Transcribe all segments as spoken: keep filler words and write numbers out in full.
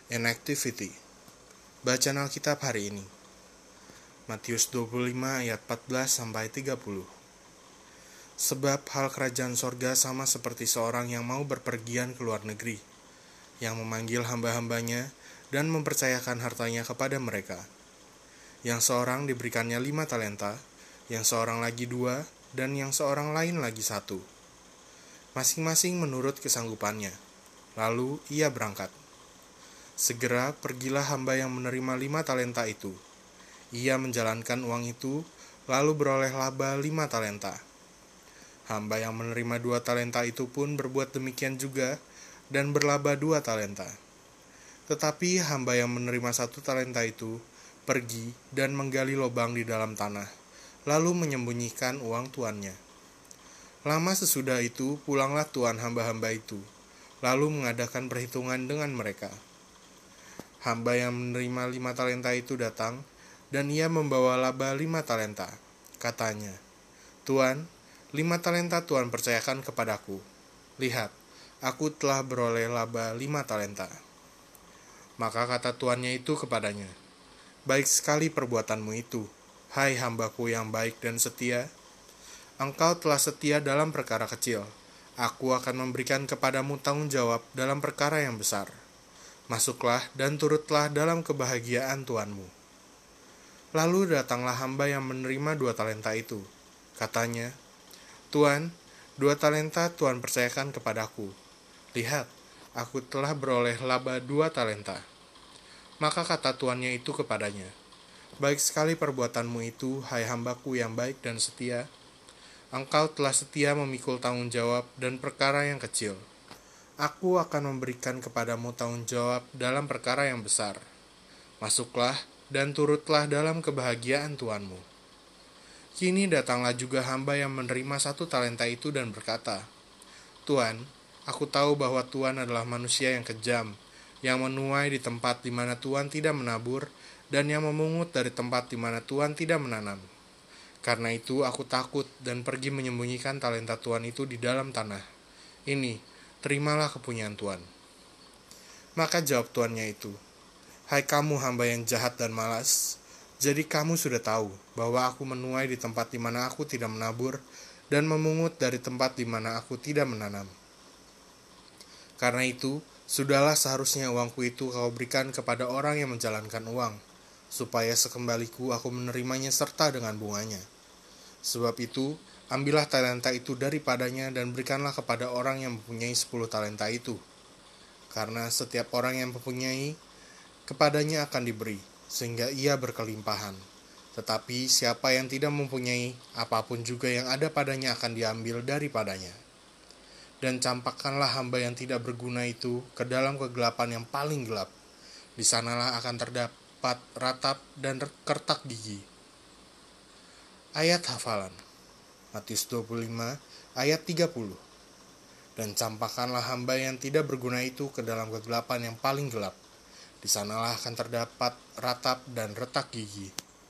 Inactivity. Bacaan Alkitab hari ini. Matius dua puluh lima ayat empat belas sampai tiga puluh. Sebab hal kerajaan sorga sama seperti seorang yang mau berpergian ke luar negeri, yang memanggil hamba-hambanya dan mempercayakan hartanya kepada mereka. Yang seorang diberikannya lima talenta, yang seorang lagi dua, dan yang seorang lain lagi satu. Masing-masing menurut kesanggupannya. Lalu ia berangkat. Segera pergilah hamba yang menerima lima talenta itu. Ia menjalankan uang itu, lalu beroleh laba lima talenta. Hamba yang menerima dua talenta itu pun berbuat demikian juga, dan berlaba dua talenta. Tetapi hamba yang menerima satu talenta itu, pergi dan menggali lubang di dalam tanah, lalu menyembunyikan uang tuannya. Lama sesudah itu, pulanglah tuan hamba-hamba itu, lalu mengadakan perhitungan dengan mereka. Hamba yang menerima lima talenta itu datang, dan ia membawa laba lima talenta. Katanya, "Tuan, lima talenta Tuan percayakan kepadaku. Lihat, aku telah beroleh laba lima talenta." Maka kata tuannya itu kepadanya, "Baik sekali perbuatanmu itu, hai hambaku yang baik dan setia. Engkau telah setia dalam perkara kecil. Aku akan memberikan kepadamu tanggung jawab dalam perkara yang besar. Masuklah dan turutlah dalam kebahagiaan tuanmu." Lalu datanglah hamba yang menerima dua talenta itu. Katanya, "Tuan, dua talenta Tuan percayakan kepadaku. Lihat, aku telah beroleh laba dua talenta." Maka kata tuannya itu kepadanya, "Baik sekali perbuatanmu itu, hai hambaku yang baik dan setia. Engkau telah setia memikul tanggung jawab dan perkara yang kecil. Aku akan memberikan kepadamu tanggung jawab dalam perkara yang besar. Masuklah dan turutlah dalam kebahagiaan tuanmu." Kini datanglah juga hamba yang menerima satu talenta itu dan berkata, "Tuan, aku tahu bahwa Tuan adalah manusia yang kejam, yang menuai di tempat di mana Tuan tidak menabur, dan yang memungut dari tempat di mana Tuan tidak menanam. Karena itu aku takut dan pergi menyembunyikan talenta Tuan itu di dalam tanah. Ini, terimalah kepunyaan Tuan." Maka jawab tuannya itu, "Hai kamu hamba yang jahat dan malas, jadi kamu sudah tahu bahwa aku menuai di tempat di mana aku tidak menabur, dan memungut dari tempat di mana aku tidak menanam. Karena itu, sudahlah seharusnya uangku itu kau berikan kepada orang yang menjalankan uang, supaya sekembaliku aku menerimanya serta dengan bunganya. Sebab itu, ambillah talenta itu daripadanya dan berikanlah kepada orang yang mempunyai sepuluh talenta itu. Karena setiap orang yang mempunyai, kepadanya akan diberi, sehingga ia berkelimpahan. Tetapi siapa yang tidak mempunyai, apapun juga yang ada padanya akan diambil daripadanya. Dan campakkanlah hamba yang tidak berguna itu ke dalam kegelapan yang paling gelap. Di sanalah akan terdapat ratap dan kertak gigi." Ayat hafalan. Matius dua puluh lima ayat tiga puluh. "Dan campakkanlah hamba yang tidak berguna itu ke dalam kegelapan yang paling gelap. Di sanalah akan terdapat ratap dan retak gigi."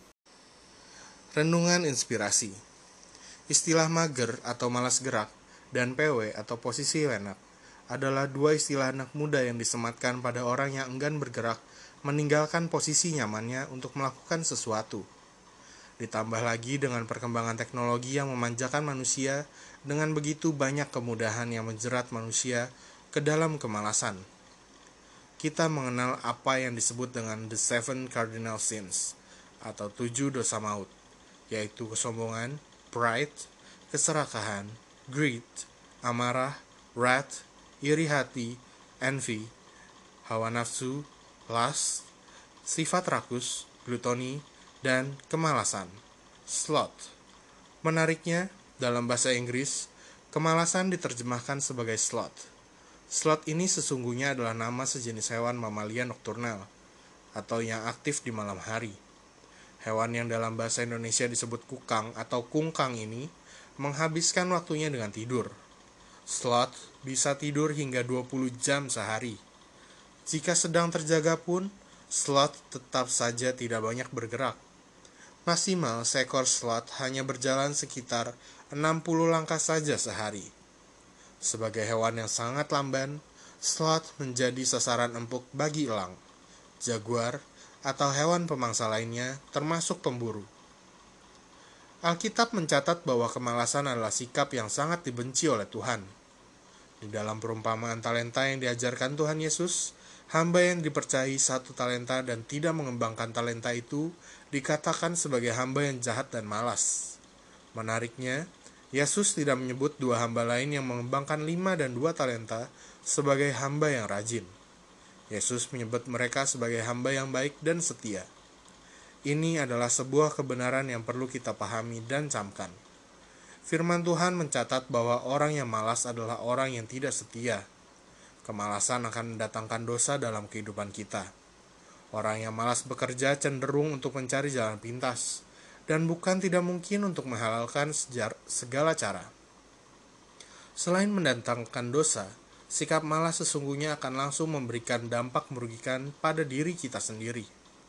Renungan inspirasi. Istilah mager atau malas gerak dan P W atau posisi lenak adalah dua istilah anak muda yang disematkan pada orang yang enggan bergerak meninggalkan posisi nyamannya untuk melakukan sesuatu. Ditambah lagi dengan perkembangan teknologi yang memanjakan manusia dengan begitu banyak kemudahan yang menjerat manusia ke dalam kemalasan. Kita mengenal apa yang disebut dengan the seven cardinal sins atau tujuh dosa maut, yaitu kesombongan, pride, keserakahan, greed, amarah, wrath, iri hati, envy, hawa nafsu, lust, sifat rakus, glutoni, dan kemalasan, sloth. Menariknya, dalam bahasa Inggris, kemalasan diterjemahkan sebagai sloth. Sloth ini sesungguhnya adalah nama sejenis hewan mamalia nokturnal, atau yang aktif di malam hari. Hewan yang dalam bahasa Indonesia disebut kukang atau kungkang ini menghabiskan waktunya dengan tidur. Sloth bisa tidur hingga dua puluh jam sehari. Jika sedang terjaga pun, sloth tetap saja tidak banyak bergerak. Maksimal seekor sloth hanya berjalan sekitar enam puluh langkah saja sehari. Sebagai hewan yang sangat lamban, sloth menjadi sasaran empuk bagi elang. jaguar, atau hewan pemangsa lainnya, termasuk pemburu. Alkitab mencatat bahwa kemalasan adalah sikap yang sangat dibenci oleh Tuhan. Di dalam perumpamaan talenta yang diajarkan Tuhan Yesus, hamba yang dipercayai satu talenta dan tidak mengembangkan talenta itu dikatakan sebagai hamba yang jahat dan malas. Menariknya, Yesus tidak menyebut dua hamba lain yang mengembangkan lima dan dua talenta sebagai hamba yang rajin. Yesus menyebut mereka sebagai hamba yang baik dan setia. Ini adalah sebuah kebenaran yang perlu kita pahami dan camkan. Firman Tuhan mencatat bahwa orang yang malas adalah orang yang tidak setia. Kemalasan akan mendatangkan dosa dalam kehidupan kita. Orang yang malas bekerja cenderung untuk mencari jalan pintas, dan bukan tidak mungkin untuk menghalalkan segala cara. Selain mendatangkan dosa, sikap malas sesungguhnya akan langsung memberikan dampak merugikan pada diri kita sendiri.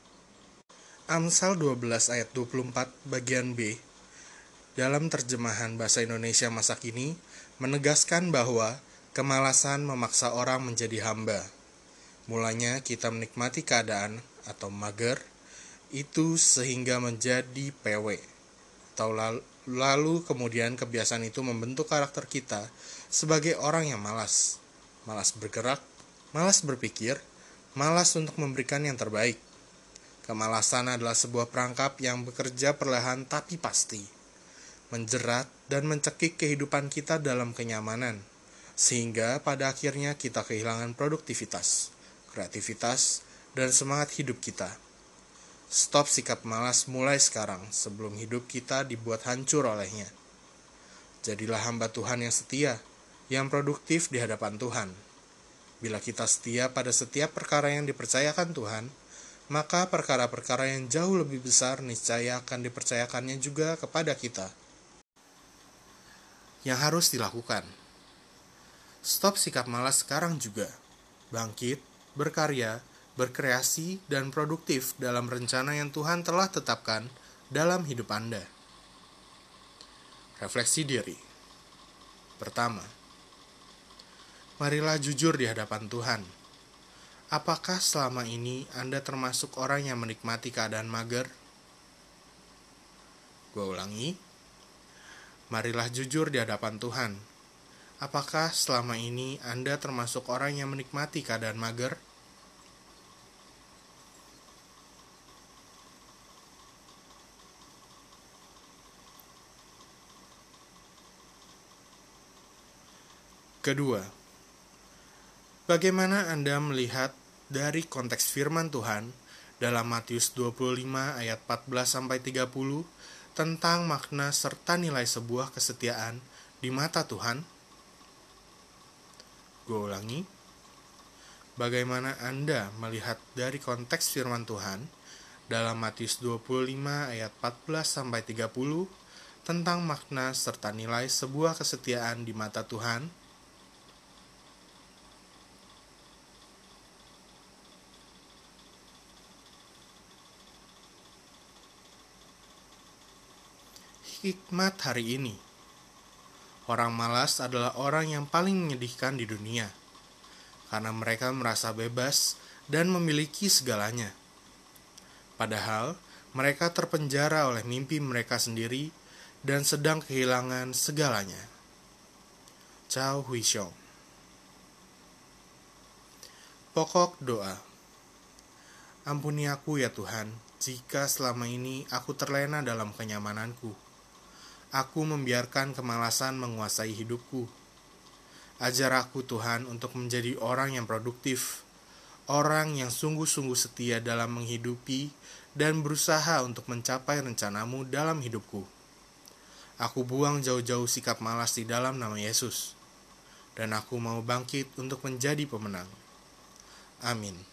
Amsal dua belas ayat dua puluh empat bagian B dalam terjemahan bahasa Indonesia masa kini menegaskan bahwa kemalasan memaksa orang menjadi hamba. Mulanya kita menikmati keadaan atau mager itu sehingga menjadi P W, atau lalu kemudian kebiasaan itu membentuk karakter kita sebagai orang yang malas. Malas bergerak, malas berpikir, malas untuk memberikan yang terbaik. Kemalasan adalah sebuah perangkap yang bekerja perlahan tapi pasti, menjerat dan mencekik kehidupan kita dalam kenyamanan, sehingga pada akhirnya kita kehilangan produktivitas, kreativitas, dan semangat hidup kita. Stop sikap malas mulai sekarang sebelum hidup kita dibuat hancur olehnya. Jadilah hamba Tuhan yang setia, yang produktif di hadapan Tuhan. Bila kita setia pada setiap perkara yang dipercayakan Tuhan, maka perkara-perkara yang jauh lebih besar niscaya akan dipercayakannya juga kepada kita. Yang harus dilakukan: stop sikap malas sekarang juga. Bangkit, berkarya, berkreasi, dan produktif dalam rencana yang Tuhan telah tetapkan dalam hidup Anda. Refleksi diri. Pertama, marilah jujur di hadapan Tuhan. Apakah selama ini Anda termasuk orang yang menikmati keadaan mager? Gua ulangi. Marilah jujur di hadapan Tuhan. Apakah selama ini Anda termasuk orang yang menikmati keadaan mager? Kedua, bagaimana Anda melihat dari konteks firman Tuhan dalam Matius dua puluh lima ayat empat belas sampai tiga puluh tentang makna serta nilai sebuah kesetiaan di mata Tuhan? Gue ulangi. Bagaimana Anda melihat dari konteks firman Tuhan dalam Matius dua puluh lima ayat empat belas sampai tiga puluh tentang makna serta nilai sebuah kesetiaan di mata Tuhan? Hikmat hari ini. Orang malas adalah orang yang paling menyedihkan di dunia, karena mereka merasa bebas dan memiliki segalanya. Padahal, mereka terpenjara oleh mimpi mereka sendiri dan sedang kehilangan segalanya. Cao Huixiong. Pokok doa. Ampuni aku ya Tuhan, jika selama ini aku terlena dalam kenyamananku. Aku membiarkan kemalasan menguasai hidupku. Ajar aku Tuhan untuk menjadi orang yang produktif, orang yang sungguh-sungguh setia dalam menghidupi dan berusaha untuk mencapai rencanamu dalam hidupku. Aku buang jauh-jauh sikap malas di dalam nama Yesus, dan aku mau bangkit untuk menjadi pemenang. Amin.